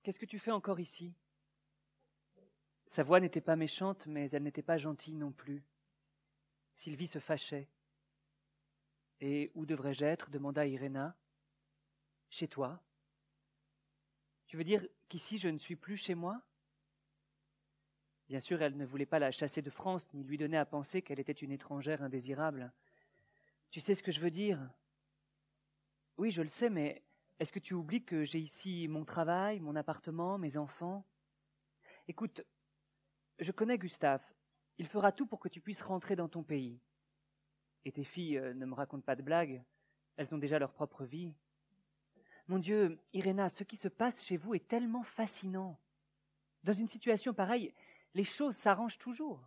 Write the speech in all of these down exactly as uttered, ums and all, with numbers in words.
Qu'est-ce que tu fais encore ici ? Sa voix n'était pas méchante, mais elle n'était pas gentille non plus. Sylvie se fâchait. « Et où devrais-je être » demanda Iréna. « Chez toi. »« Tu veux dire qu'ici je ne suis plus chez moi ?» Bien sûr, elle ne voulait pas la chasser de France, ni lui donner à penser qu'elle était une étrangère indésirable. « Tu sais ce que je veux dire ?»« Oui, je le sais, mais est-ce que tu oublies que j'ai ici mon travail, mon appartement, mes enfants ? Écoute, je connais Gustave. Il fera tout pour que tu puisses rentrer dans ton pays. Et tes filles euh, ne me racontent pas de blagues. Elles ont déjà leur propre vie. Mon Dieu, Iréna, ce qui se passe chez vous est tellement fascinant. Dans une situation pareille, les choses s'arrangent toujours.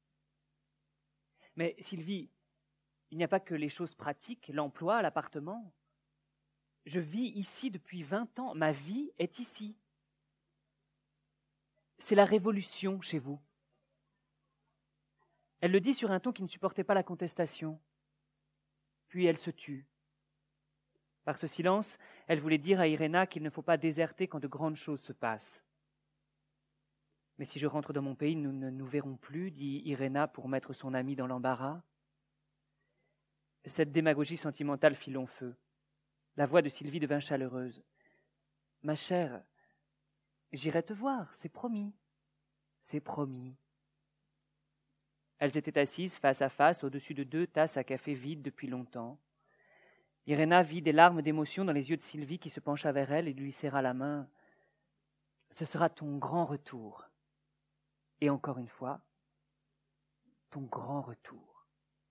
Mais Sylvie, il n'y a pas que les choses pratiques, l'emploi, l'appartement. Je vis ici depuis vingt ans. Ma vie est ici. C'est la révolution chez vous. Elle le dit sur un ton qui ne supportait pas la contestation. Puis elle se tut. Par ce silence, elle voulait dire à Iréna qu'il ne faut pas déserter quand de grandes choses se passent. « Mais si je rentre dans mon pays, nous ne nous verrons plus, » dit Iréna pour mettre son amie dans l'embarras. Cette démagogie sentimentale fit long feu. La voix de Sylvie devint chaleureuse. « Ma chère, j'irai te voir, c'est promis, c'est promis. » Elles étaient assises face à face au-dessus de deux tasses à café vides depuis longtemps. Iréna vit des larmes d'émotion dans les yeux de Sylvie qui se pencha vers elle et lui serra la main. « Ce sera ton grand retour. Et encore une fois, ton grand retour. »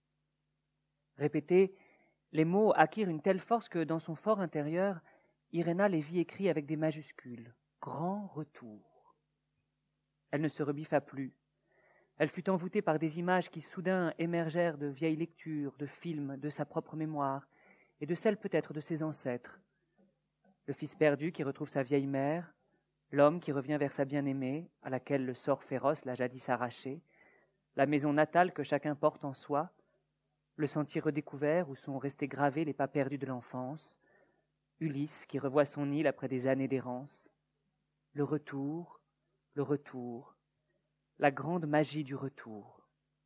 Répétés, les mots acquirent une telle force que dans son fort intérieur, Iréna les vit écrits avec des majuscules. « Grand retour. » Elle ne se rebiffa plus. Elle fut envoûtée par des images qui soudain émergèrent de vieilles lectures, de films, de sa propre mémoire, et de celle peut-être de ses ancêtres. Le fils perdu qui retrouve sa vieille mère, l'homme qui revient vers sa bien-aimée, à laquelle le sort féroce l'a jadis arraché, la maison natale que chacun porte en soi, le sentier redécouvert où sont restés gravés les pas perdus de l'enfance, Ulysse qui revoit son île après des années d'errance, le retour, le retour, la grande magie du retour.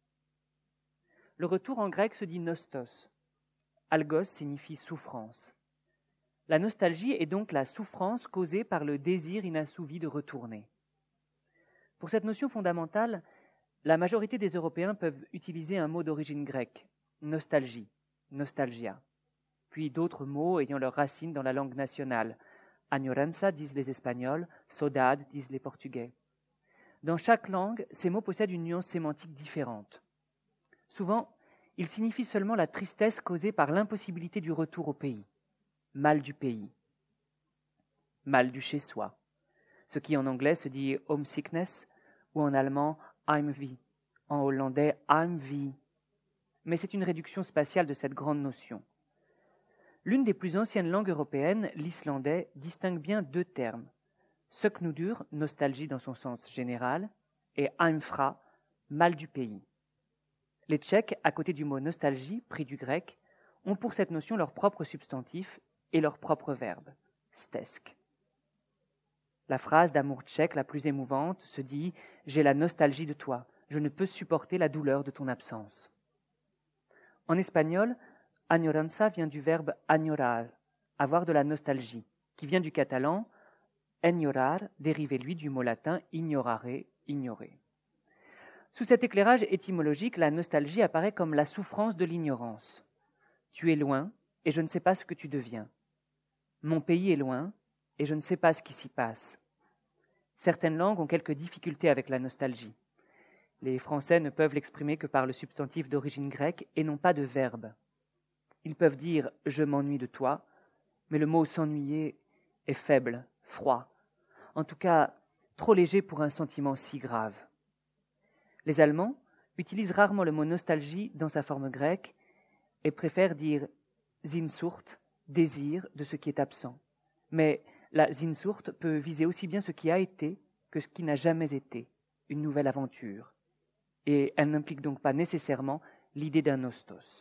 Le retour en grec se dit nostos. Algos signifie souffrance. La nostalgie est donc la souffrance causée par le désir inassouvi de retourner. Pour cette notion fondamentale, la majorité des Européens peuvent utiliser un mot d'origine grecque, nostalgie, nostalgia, puis d'autres mots ayant leurs racines dans la langue nationale. Añoranza disent les Espagnols, saudade disent les Portugais. Dans chaque langue, ces mots possèdent une nuance sémantique différente. Souvent, ils signifient seulement la tristesse causée par l'impossibilité du retour au pays. Mal du pays. Mal du chez-soi. Ce qui en anglais se dit homesickness ou en allemand Heimweh, en hollandais Heimweh. Mais c'est une réduction spatiale de cette grande notion. L'une des plus anciennes langues européennes, l'islandais, distingue bien deux termes. Söknudur, nostalgie dans son sens général, et heimfra, mal du pays. Les Tchèques, à côté du mot nostalgie, pris du grec, ont pour cette notion leur propre substantif et leur propre verbe, stesk. La phrase d'amour tchèque la plus émouvante se dit « J'ai la nostalgie de toi, je ne peux supporter la douleur de ton absence ». En espagnol, añoranza vient du verbe añorar, avoir de la nostalgie, qui vient du catalan enyorar, dérivé lui du mot latin ignorare, ignorer. Sous cet éclairage étymologique, la nostalgie apparaît comme la souffrance de l'ignorance. Tu es loin et je ne sais pas ce que tu deviens. Mon pays est loin et je ne sais pas ce qui s'y passe. Certaines langues ont quelques difficultés avec la nostalgie. Les Français ne peuvent l'exprimer que par le substantif d'origine grecque et non pas de verbe. Ils peuvent dire « je m'ennuie de toi », mais le mot « s'ennuyer » est faible, froid, en tout cas trop léger pour un sentiment si grave. Les Allemands utilisent rarement le mot nostalgie dans sa forme grecque et préfèrent dire Sehnsucht, désir de ce qui est absent. Mais la Sehnsucht peut viser aussi bien ce qui a été que ce qui n'a jamais été, une nouvelle aventure. Et elle n'implique donc pas nécessairement l'idée d'un nostos.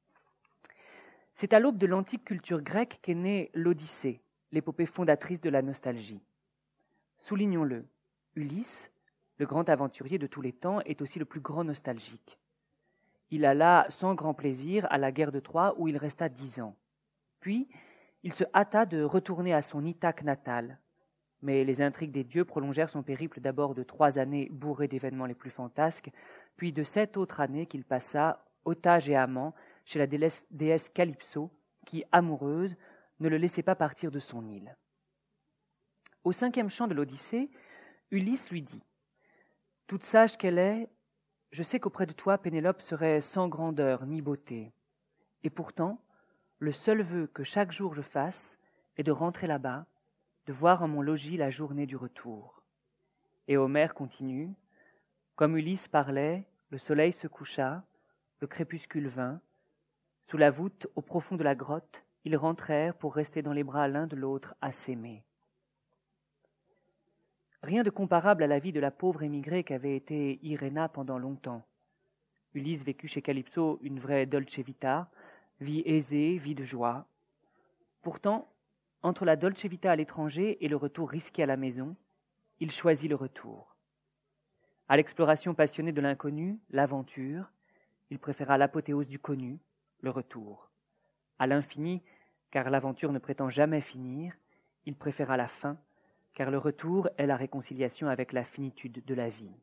C'est à l'aube de l'antique culture grecque qu'est née l'Odyssée, l'épopée fondatrice de la nostalgie. Soulignons-le, Ulysse, le grand aventurier de tous les temps, est aussi le plus grand nostalgique. Il alla sans grand plaisir à la guerre de Troie où il resta dix ans. Puis, il se hâta de retourner à son Ithaque natal. Mais les intrigues des dieux prolongèrent son périple d'abord de trois années bourrées d'événements les plus fantasques, puis de sept autres années qu'il passa, otage et amant, chez la déesse Calypso, qui, amoureuse, ne le laissait pas partir de son île. Au cinquième chant de l'Odyssée, Ulysse lui dit « Toute sage qu'elle est, je sais qu'auprès de toi, Pénélope serait sans grandeur ni beauté. Et pourtant, le seul vœu que chaque jour je fasse est de rentrer là-bas, de voir en mon logis la journée du retour. » Et Homère continue « Comme Ulysse parlait, le soleil se coucha, le crépuscule vint. Sous la voûte, au profond de la grotte, ils rentrèrent pour rester dans les bras l'un de l'autre à s'aimer. » Rien de comparable à la vie de la pauvre émigrée qu'avait été Iréna pendant longtemps. Ulysse vécut chez Calypso une vraie dolce vita, vie aisée, vie de joie. Pourtant, entre la dolce vita à l'étranger et le retour risqué à la maison, il choisit le retour. À l'exploration passionnée de l'inconnu, l'aventure, il préféra l'apothéose du connu, le retour. À l'infini, car l'aventure ne prétend jamais finir, il préféra la fin, car le retour est la réconciliation avec la finitude de la vie.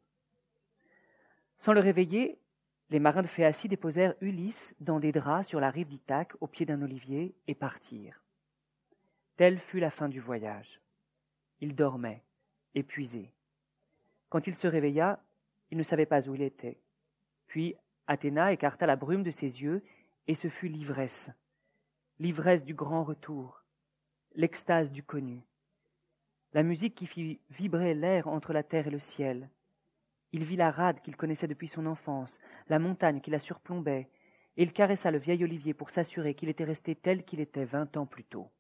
Sans le réveiller, les marins de Phéacie déposèrent Ulysse dans des draps sur la rive d'Ithaque, au pied d'un olivier, et partirent. Telle fut la fin du voyage. Il dormait, épuisé. Quand il se réveilla, il ne savait pas où il était. Puis Athéna écarta la brume de ses yeux, et ce fut l'ivresse. L'ivresse du grand retour, l'extase du connu. La musique qui fit vibrer l'air entre la terre et le ciel. Il vit la rade qu'il connaissait depuis son enfance, la montagne qui la surplombait, et il caressa le vieil olivier pour s'assurer qu'il était resté tel qu'il était vingt ans plus tôt.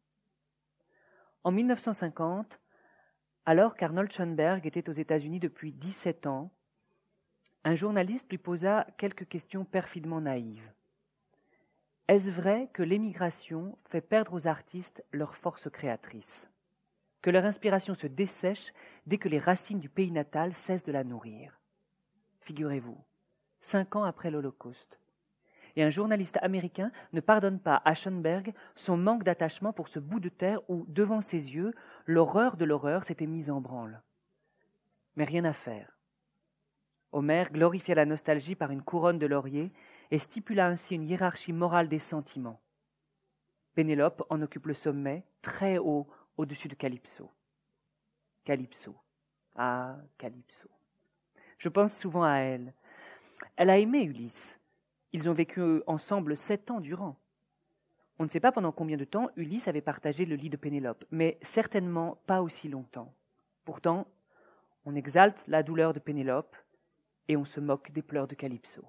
En mille neuf cent cinquante, alors qu'Arnold Schoenberg était aux États-Unis depuis dix-sept ans, un journaliste lui posa quelques questions perfidement naïves. Est-ce vrai que l'émigration fait perdre aux artistes leur force créatrice ? Que leur inspiration se dessèche dès que les racines du pays natal cessent de la nourrir. Figurez-vous, cinq ans après l'Holocauste. Et un journaliste américain ne pardonne pas à Schoenberg son manque d'attachement pour ce bout de terre où, devant ses yeux, l'horreur de l'horreur s'était mise en branle. Mais rien à faire. Homère glorifia la nostalgie par une couronne de laurier et stipula ainsi une hiérarchie morale des sentiments. Pénélope en occupe le sommet, très haut, au-dessus de Calypso. Calypso. Ah, Calypso. Je pense souvent à elle. Elle a aimé Ulysse. Ils ont vécu ensemble sept ans durant. On ne sait pas pendant combien de temps Ulysse avait partagé le lit de Pénélope, mais certainement pas aussi longtemps. Pourtant, on exalte la douleur de Pénélope et on se moque des pleurs de Calypso.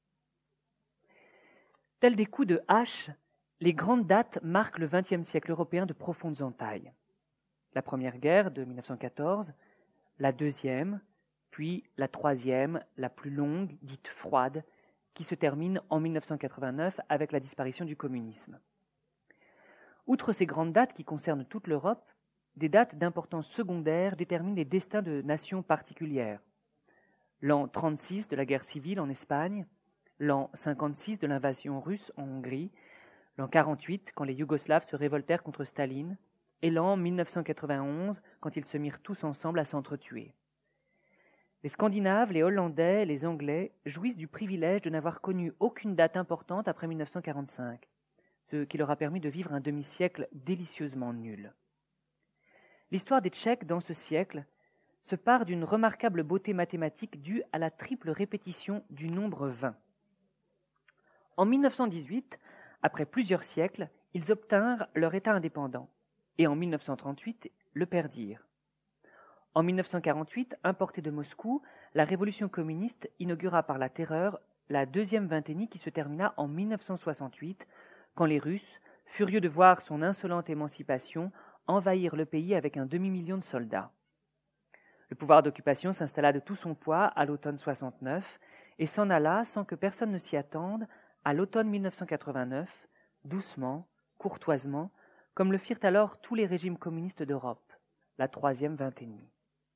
Tels des coups de hache, les grandes dates marquent le vingtième siècle européen de profondes entailles. La première guerre de mille neuf cent quatorze, la deuxième, puis la troisième, la plus longue, dite froide, qui se termine en mille neuf cent quatre-vingt-neuf avec la disparition du communisme. Outre ces grandes dates qui concernent toute l'Europe, des dates d'importance secondaire déterminent les destins de nations particulières. L'an trente-six de la guerre civile en Espagne, l'an cinquante-six de l'invasion russe en Hongrie, l'an quarante-huit quand les Yougoslaves se révoltèrent contre Staline, et l'an mille neuf cent quatre-vingt-onze quand ils se mirent tous ensemble à s'entretuer. Les Scandinaves, les Hollandais, les Anglais jouissent du privilège de n'avoir connu aucune date importante après mille neuf cent quarante-cinq, ce qui leur a permis de vivre un demi-siècle délicieusement nul. L'histoire des Tchèques dans ce siècle se part d'une remarquable beauté mathématique due à la triple répétition du nombre vingt. En mille neuf cent dix-huit, après plusieurs siècles, ils obtinrent leur État indépendant, et en mille neuf cent trente-huit, le perdirent. En mille neuf cent quarante-huit, importée de Moscou, la révolution communiste inaugura par la terreur la deuxième vingténie qui se termina en mille neuf cent soixante-huit, quand les Russes, furieux de voir son insolente émancipation, envahirent le pays avec un demi-million de soldats. Le pouvoir d'occupation s'installa de tout son poids à l'automne soixante-neuf et s'en alla sans que personne ne s'y attende à l'automne mille neuf cent quatre-vingt-neuf, doucement, courtoisement, comme le firent alors tous les régimes communistes d'Europe, la troisième vingténie.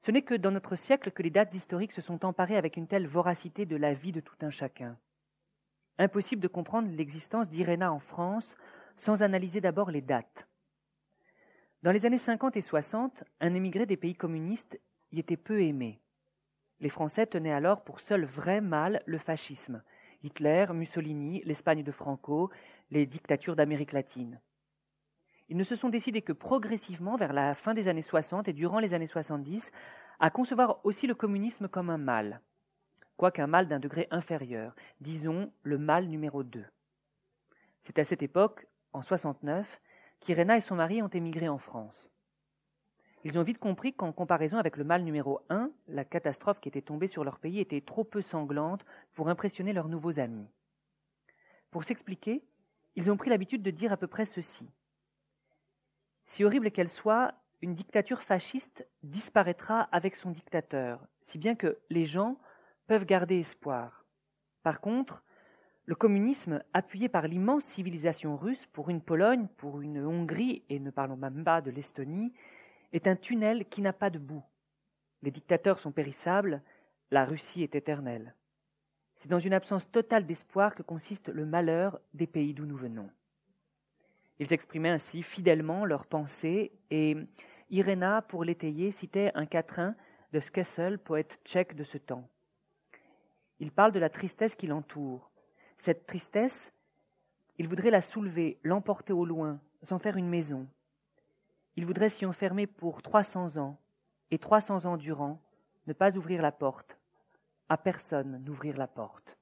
Ce n'est que dans notre siècle que les dates historiques se sont emparées avec une telle voracité de la vie de tout un chacun. Impossible de comprendre l'existence d'Iréna en France sans analyser d'abord les dates. Dans les années cinquante et soixante, un émigré des pays communistes y était peu aimé. Les Français tenaient alors pour seul vrai mal le fascisme. Hitler, Mussolini, l'Espagne de Franco, les dictatures d'Amérique latine. Ils ne se sont décidés que progressivement, vers la fin des années soixante et durant les années soixante-dix, à concevoir aussi le communisme comme un mal, quoique un mal d'un degré inférieur, disons le mal numéro deux. C'est à cette époque, en soixante-neuf, qu'Iréna et son mari ont émigré en France. Ils ont vite compris qu'en comparaison avec le mal numéro un, la catastrophe qui était tombée sur leur pays était trop peu sanglante pour impressionner leurs nouveaux amis. Pour s'expliquer, ils ont pris l'habitude de dire à peu près ceci. Si horrible qu'elle soit, une dictature fasciste disparaîtra avec son dictateur, si bien que les gens peuvent garder espoir. Par contre, le communisme, appuyé par l'immense civilisation russe pour une Pologne, pour une Hongrie, et ne parlons même pas de l'Estonie, est un tunnel qui n'a pas de bout. Les dictateurs sont périssables, la Russie est éternelle. C'est dans une absence totale d'espoir que consiste le malheur des pays d'où nous venons. Ils exprimaient ainsi fidèlement leurs pensées et Iréna, pour l'étayer, citait un quatrain de Skessel, poète tchèque de ce temps. Il parle de la tristesse qui l'entoure. Cette tristesse, il voudrait la soulever, l'emporter au loin, s'en faire une maison. Il voudrait s'y enfermer pour trois cents ans, et trois cents ans durant, ne pas ouvrir la porte, à personne n'ouvrir la porte.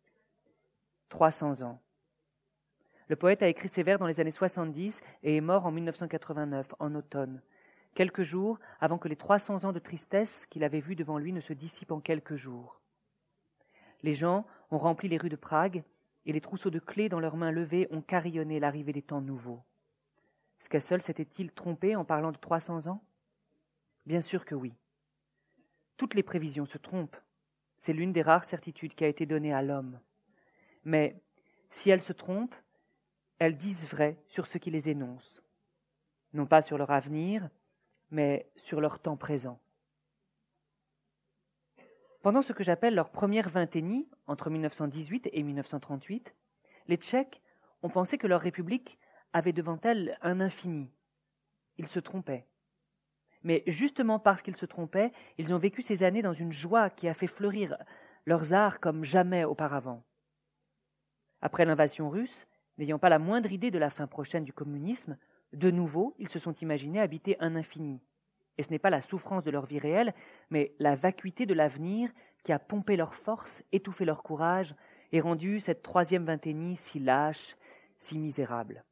Trois cents ans. Le poète a écrit ses vers dans les années soixante-dix et est mort en mille neuf cent quatre-vingt-neuf, en automne, quelques jours avant que les trois cents ans de tristesse qu'il avait vus devant lui ne se dissipent en quelques jours. Les gens ont rempli les rues de Prague et les trousseaux de clés dans leurs mains levées ont carillonné l'arrivée des temps nouveaux. Skessel s'était-il trompé en parlant de trois cents ans ? Bien sûr que oui. Toutes les prévisions se trompent. C'est l'une des rares certitudes qui a été donnée à l'homme. Mais si elles se trompent, elles disent vrai sur ce qui les énonce. Non pas sur leur avenir, mais sur leur temps présent. Pendant ce que j'appelle leur première vingténie, entre mille neuf cent dix-huit et mille neuf cent trente-huit, les Tchèques ont pensé que leur république avait devant elle un infini. Ils se trompaient. Mais justement parce qu'ils se trompaient, ils ont vécu ces années dans une joie qui a fait fleurir leurs arts comme jamais auparavant. Après l'invasion russe, n'ayant pas la moindre idée de la fin prochaine du communisme, de nouveau, ils se sont imaginés habiter un infini. Et ce n'est pas la souffrance de leur vie réelle, mais la vacuité de l'avenir qui a pompé leur force, étouffé leur courage et rendu cette troisième vingténie si lâche, si misérable.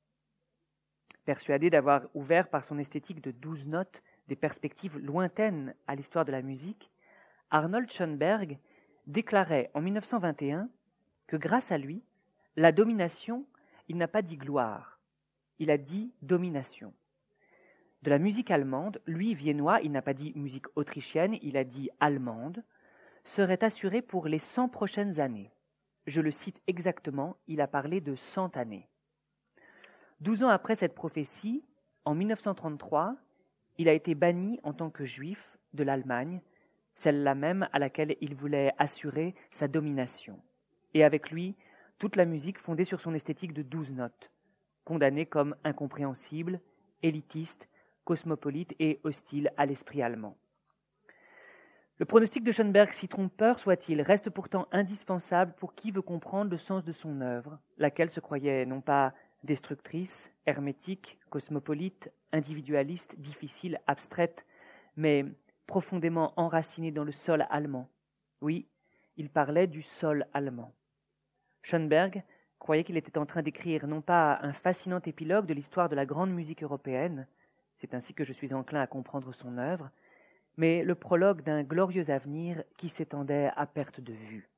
Persuadé d'avoir ouvert par son esthétique de douze notes des perspectives lointaines à l'histoire de la musique, Arnold Schoenberg déclarait en mille neuf cent vingt et un que grâce à lui, la domination, il n'a pas dit gloire, il a dit domination. De la musique allemande, lui, viennois, il n'a pas dit musique autrichienne, il a dit allemande, serait assurée pour les cent prochaines années. Je le cite exactement, il a parlé de cent années. Douze ans après cette prophétie, en mille neuf cent trente-trois, il a été banni en tant que juif de l'Allemagne, celle-là même à laquelle il voulait assurer sa domination. Et avec lui, toute la musique fondée sur son esthétique de douze notes, condamnée comme incompréhensible, élitiste, cosmopolite et hostile à l'esprit allemand. Le pronostic de Schoenberg, si trompeur soit-il, reste pourtant indispensable pour qui veut comprendre le sens de son œuvre, laquelle se croyait non pas destructrice, hermétique, cosmopolite, individualiste, difficile, abstraite, mais profondément enracinée dans le sol allemand. Oui, il parlait du sol allemand. Schoenberg croyait qu'il était en train d'écrire non pas un fascinant épilogue de l'histoire de la grande musique européenne, c'est ainsi que je suis enclin à comprendre son œuvre, mais le prologue d'un glorieux avenir qui s'étendait à perte de vue.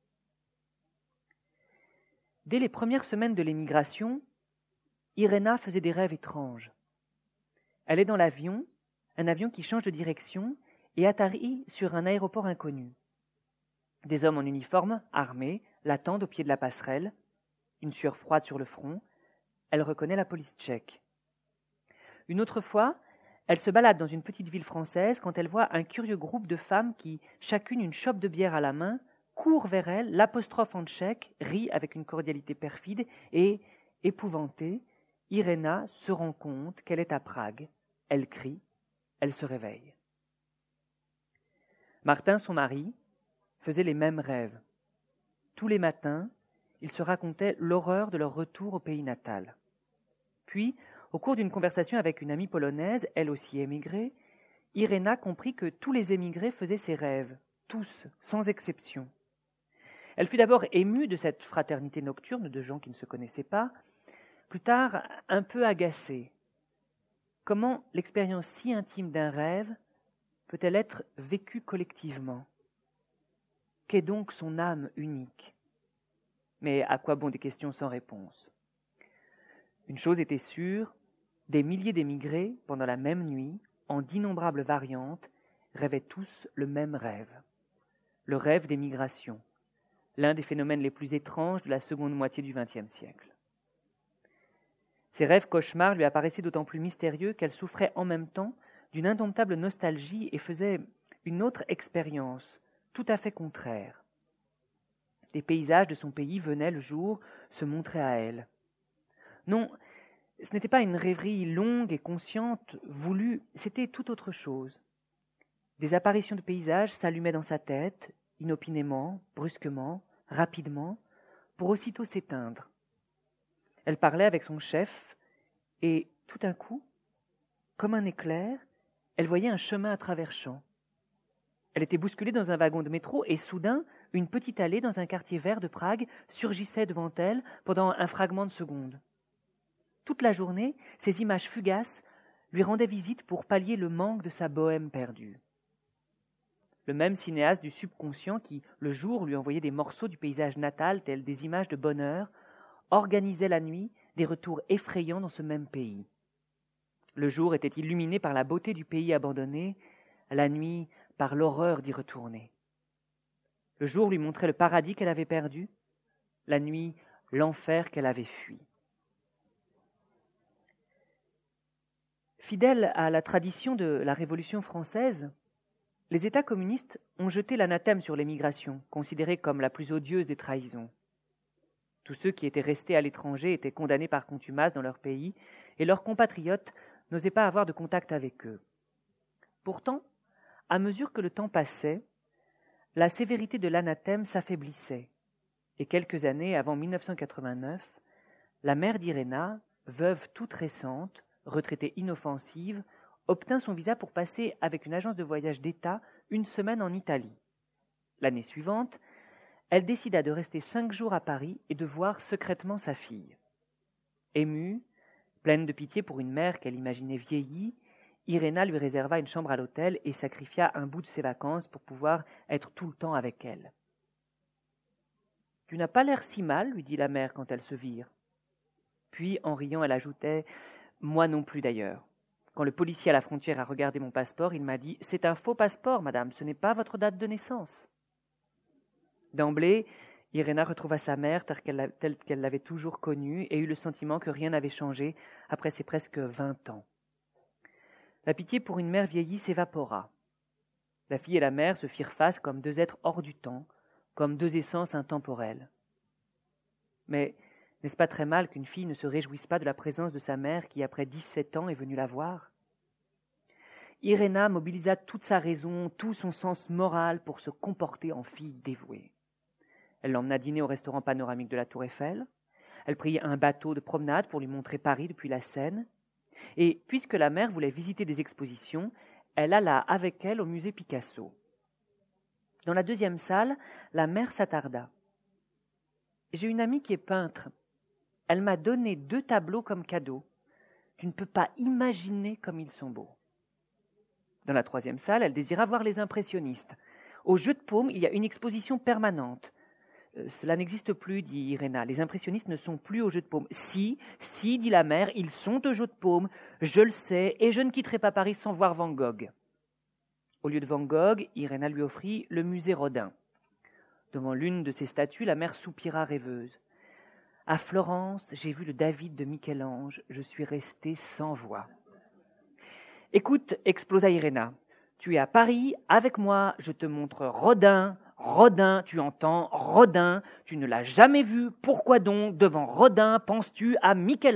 Dès les premières semaines de l'émigration, Iréna faisait des rêves étranges. Elle est dans l'avion, un avion qui change de direction et atterrit sur un aéroport inconnu. Des hommes en uniforme, armés, l'attendent au pied de la passerelle, une sueur froide sur le front. Elle reconnaît la police tchèque. Une autre fois, Elle se balade dans une petite ville française quand elle voit un curieux groupe de femmes qui, chacune une chope de bière à la main, court vers elle, l'apostrophe en tchèque, rit avec une cordialité perfide et, épouvantée, Iréna se rend compte qu'elle est à Prague. Elle crie, elle se réveille. Martin, son mari, faisait les mêmes rêves. Tous les matins, ils se racontaient l'horreur de leur retour au pays natal. Puis, au cours d'une conversation avec une amie polonaise, elle aussi émigrée, Iréna comprit que tous les émigrés faisaient ces rêves, tous, sans exception. Elle fut d'abord émue de cette fraternité nocturne de gens qui ne se connaissaient pas, plus tard un peu agacée. Comment l'expérience si intime d'un rêve peut-elle être vécue collectivement ? Qu'est donc son âme unique ? Mais à quoi bon des questions sans réponse ? Une chose était sûre, des milliers d'émigrés, pendant la même nuit, en d'innombrables variantes, rêvaient tous le même rêve. Le rêve des migrations, l'un des phénomènes les plus étranges de la seconde moitié du vingtième siècle. Ces rêves cauchemars lui apparaissaient d'autant plus mystérieux qu'elle souffrait en même temps d'une indomptable nostalgie et faisait une autre expérience, tout à fait contraire. Des paysages de son pays venaient le jour se montrer à elle. Non, ce n'était pas une rêverie longue et consciente, voulue, c'était tout autre chose. Des apparitions de paysages s'allumaient dans sa tête, inopinément, brusquement, rapidement, pour aussitôt s'éteindre. Elle parlait avec son chef, et tout d'un coup, comme un éclair, elle voyait un chemin à travers champs. Elle était bousculée dans un wagon de métro et soudain, une petite allée dans un quartier vert de Prague surgissait devant elle pendant un fragment de seconde. Toute la journée, ces images fugaces lui rendaient visite pour pallier le manque de sa bohème perdue. Le même cinéaste du subconscient qui, le jour, lui envoyait des morceaux du paysage natal tels des images de bonheur, organisait la nuit des retours effrayants dans ce même pays. Le jour était illuminé par la beauté du pays abandonné, la nuit par l'horreur d'y retourner. Le jour lui montrait le paradis qu'elle avait perdu, la nuit l'enfer qu'elle avait fui. Fidèles à la tradition de la Révolution française, les États communistes ont jeté l'anathème sur l'émigration, considérée comme la plus odieuse des trahisons. Tous ceux qui étaient restés à l'étranger étaient condamnés par contumace dans leur pays, et leurs compatriotes n'osaient pas avoir de contact avec eux. Pourtant, à mesure que le temps passait, la sévérité de l'anathème s'affaiblissait, et quelques années avant mille neuf cent quatre-vingt-neuf, la mère d'Iréna, veuve toute récente, retraitée inoffensive, obtint son visa pour passer avec une agence de voyage d'État une semaine en Italie. L'année suivante, elle décida de rester cinq jours à Paris et de voir secrètement sa fille. Émue, pleine de pitié pour une mère qu'elle imaginait vieillie, Iréna lui réserva une chambre à l'hôtel et sacrifia un bout de ses vacances pour pouvoir être tout le temps avec elle. « Tu n'as pas l'air si mal, lui dit la mère quand elles se virent. Puis, en riant, elle ajoutait « Moi non plus d'ailleurs. Quand le policier à la frontière a regardé mon passeport, il m'a dit « C'est un faux passeport, madame, ce n'est pas votre date de naissance. » D'emblée, Iréna retrouva sa mère telle qu'elle l'avait toujours connue et eut le sentiment que rien n'avait changé après ses presque vingt ans. La pitié pour une mère vieillie s'évapora. La fille et la mère se firent face comme deux êtres hors du temps, comme deux essences intemporelles. Mais n'est-ce pas très mal qu'une fille ne se réjouisse pas de la présence de sa mère qui, après dix-sept ans, est venue la voir ? Iréna mobilisa toute sa raison, tout son sens moral pour se comporter en fille dévouée. Elle l'emmena dîner au restaurant panoramique de la Tour Eiffel. Elle prit un bateau de promenade pour lui montrer Paris depuis la Seine. Et puisque la mère voulait visiter des expositions, elle alla avec elle au musée Picasso. Dans la deuxième salle, la mère s'attarda. « J'ai une amie qui est peintre. Elle m'a donné deux tableaux comme cadeau. Tu ne peux pas imaginer comme ils sont beaux. » Dans la troisième salle, elle désira voir les impressionnistes. Au Jeu de Paume, il y a une exposition permanente. Euh, cela n'existe plus, dit Iréna. Les impressionnistes ne sont plus au Jeu de Paume. Si, si, dit la mère, ils sont au Jeu de Paume. Je le sais, et je ne quitterai pas Paris sans voir Van Gogh. Au lieu de Van Gogh, Iréna lui offrit le musée Rodin. Devant l'une de ces statues, la mère soupira rêveuse. À Florence, j'ai vu le David de Michel-Ange. Je suis restée sans voix. « Écoute, explosa Iréna, tu es à Paris, avec moi, je te montre Rodin, Rodin, tu entends, Rodin, tu ne l'as jamais vu, pourquoi donc, devant Rodin, penses-tu à Michel-Ange ?»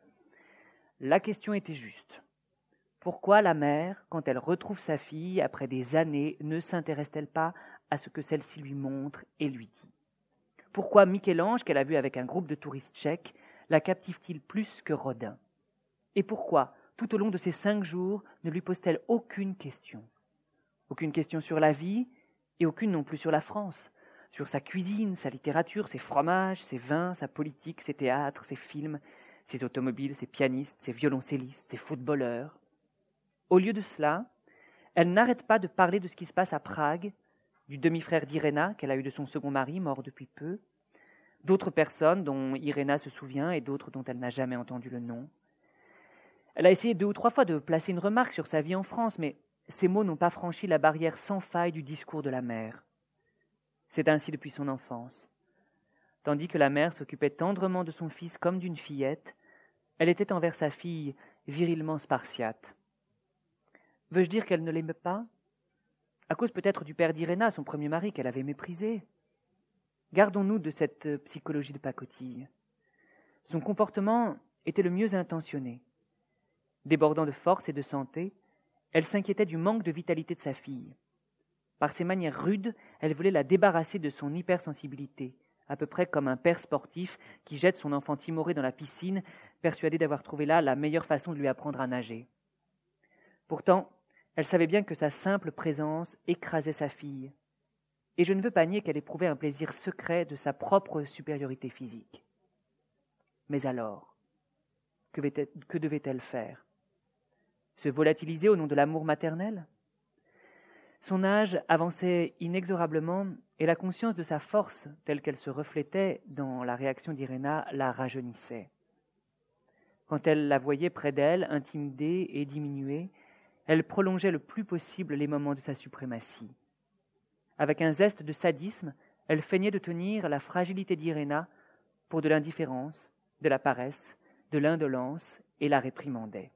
La question était juste. Pourquoi la mère, quand elle retrouve sa fille, après des années, ne s'intéresse-t-elle pas à ce que celle-ci lui montre et lui dit ? Pourquoi Michel-Ange, qu'elle a vu avec un groupe de touristes tchèques, la captive-t-il plus que Rodin ? Et pourquoi, tout au long de ces cinq jours, ne lui pose-t-elle aucune question ? Aucune question sur la vie, et aucune non plus sur la France, sur sa cuisine, sa littérature, ses fromages, ses vins, sa politique, ses théâtres, ses films, ses automobiles, ses pianistes, ses violoncellistes, ses footballeurs. Au lieu de cela, elle n'arrête pas de parler de ce qui se passe à Prague, du demi-frère d'Iréna qu'elle a eu de son second mari, mort depuis peu, d'autres personnes dont Iréna se souvient et d'autres dont elle n'a jamais entendu le nom. Elle a essayé deux ou trois fois de placer une remarque sur sa vie en France, mais ces mots n'ont pas franchi la barrière sans faille du discours de la mère. C'est ainsi depuis son enfance. Tandis que la mère s'occupait tendrement de son fils comme d'une fillette, elle était envers sa fille virilement spartiate. Veux-je dire qu'elle ne l'aimait pas ? À cause peut-être du père d'Iréna, son premier mari, qu'elle avait méprisé. Gardons-nous de cette psychologie de pacotille. Son comportement était le mieux intentionné. Débordant de force et de santé, elle s'inquiétait du manque de vitalité de sa fille. Par ses manières rudes, elle voulait la débarrasser de son hypersensibilité, à peu près comme un père sportif qui jette son enfant timoré dans la piscine, persuadé d'avoir trouvé là la meilleure façon de lui apprendre à nager. Pourtant, elle savait bien que sa simple présence écrasait sa fille, et je ne veux pas nier qu'elle éprouvait un plaisir secret de sa propre supériorité physique. Mais alors, que, que devait-elle faire ? Se volatiliser au nom de l'amour maternel ? Son âge avançait inexorablement et la conscience de sa force, telle qu'elle se reflétait dans la réaction d'Iréna, la rajeunissait. Quand elle la voyait près d'elle, intimidée et diminuée, elle prolongeait le plus possible les moments de sa suprématie. Avec un zeste de sadisme, elle feignait de tenir la fragilité d'Iréna pour de l'indifférence, de la paresse, de l'indolence et la réprimandait.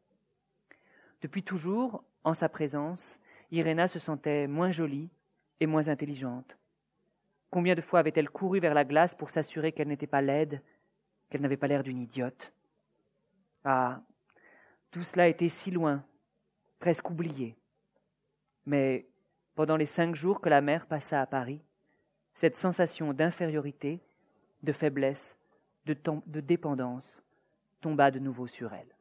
Depuis toujours, en sa présence, Iréna se sentait moins jolie et moins intelligente. Combien de fois avait-elle couru vers la glace pour s'assurer qu'elle n'était pas laide, qu'elle n'avait pas l'air d'une idiote ? Ah, tout cela était si loin, presque oublié. Mais pendant les cinq jours que la mère passa à Paris, cette sensation d'infériorité, de faiblesse, de, tom- de dépendance tomba de nouveau sur elle.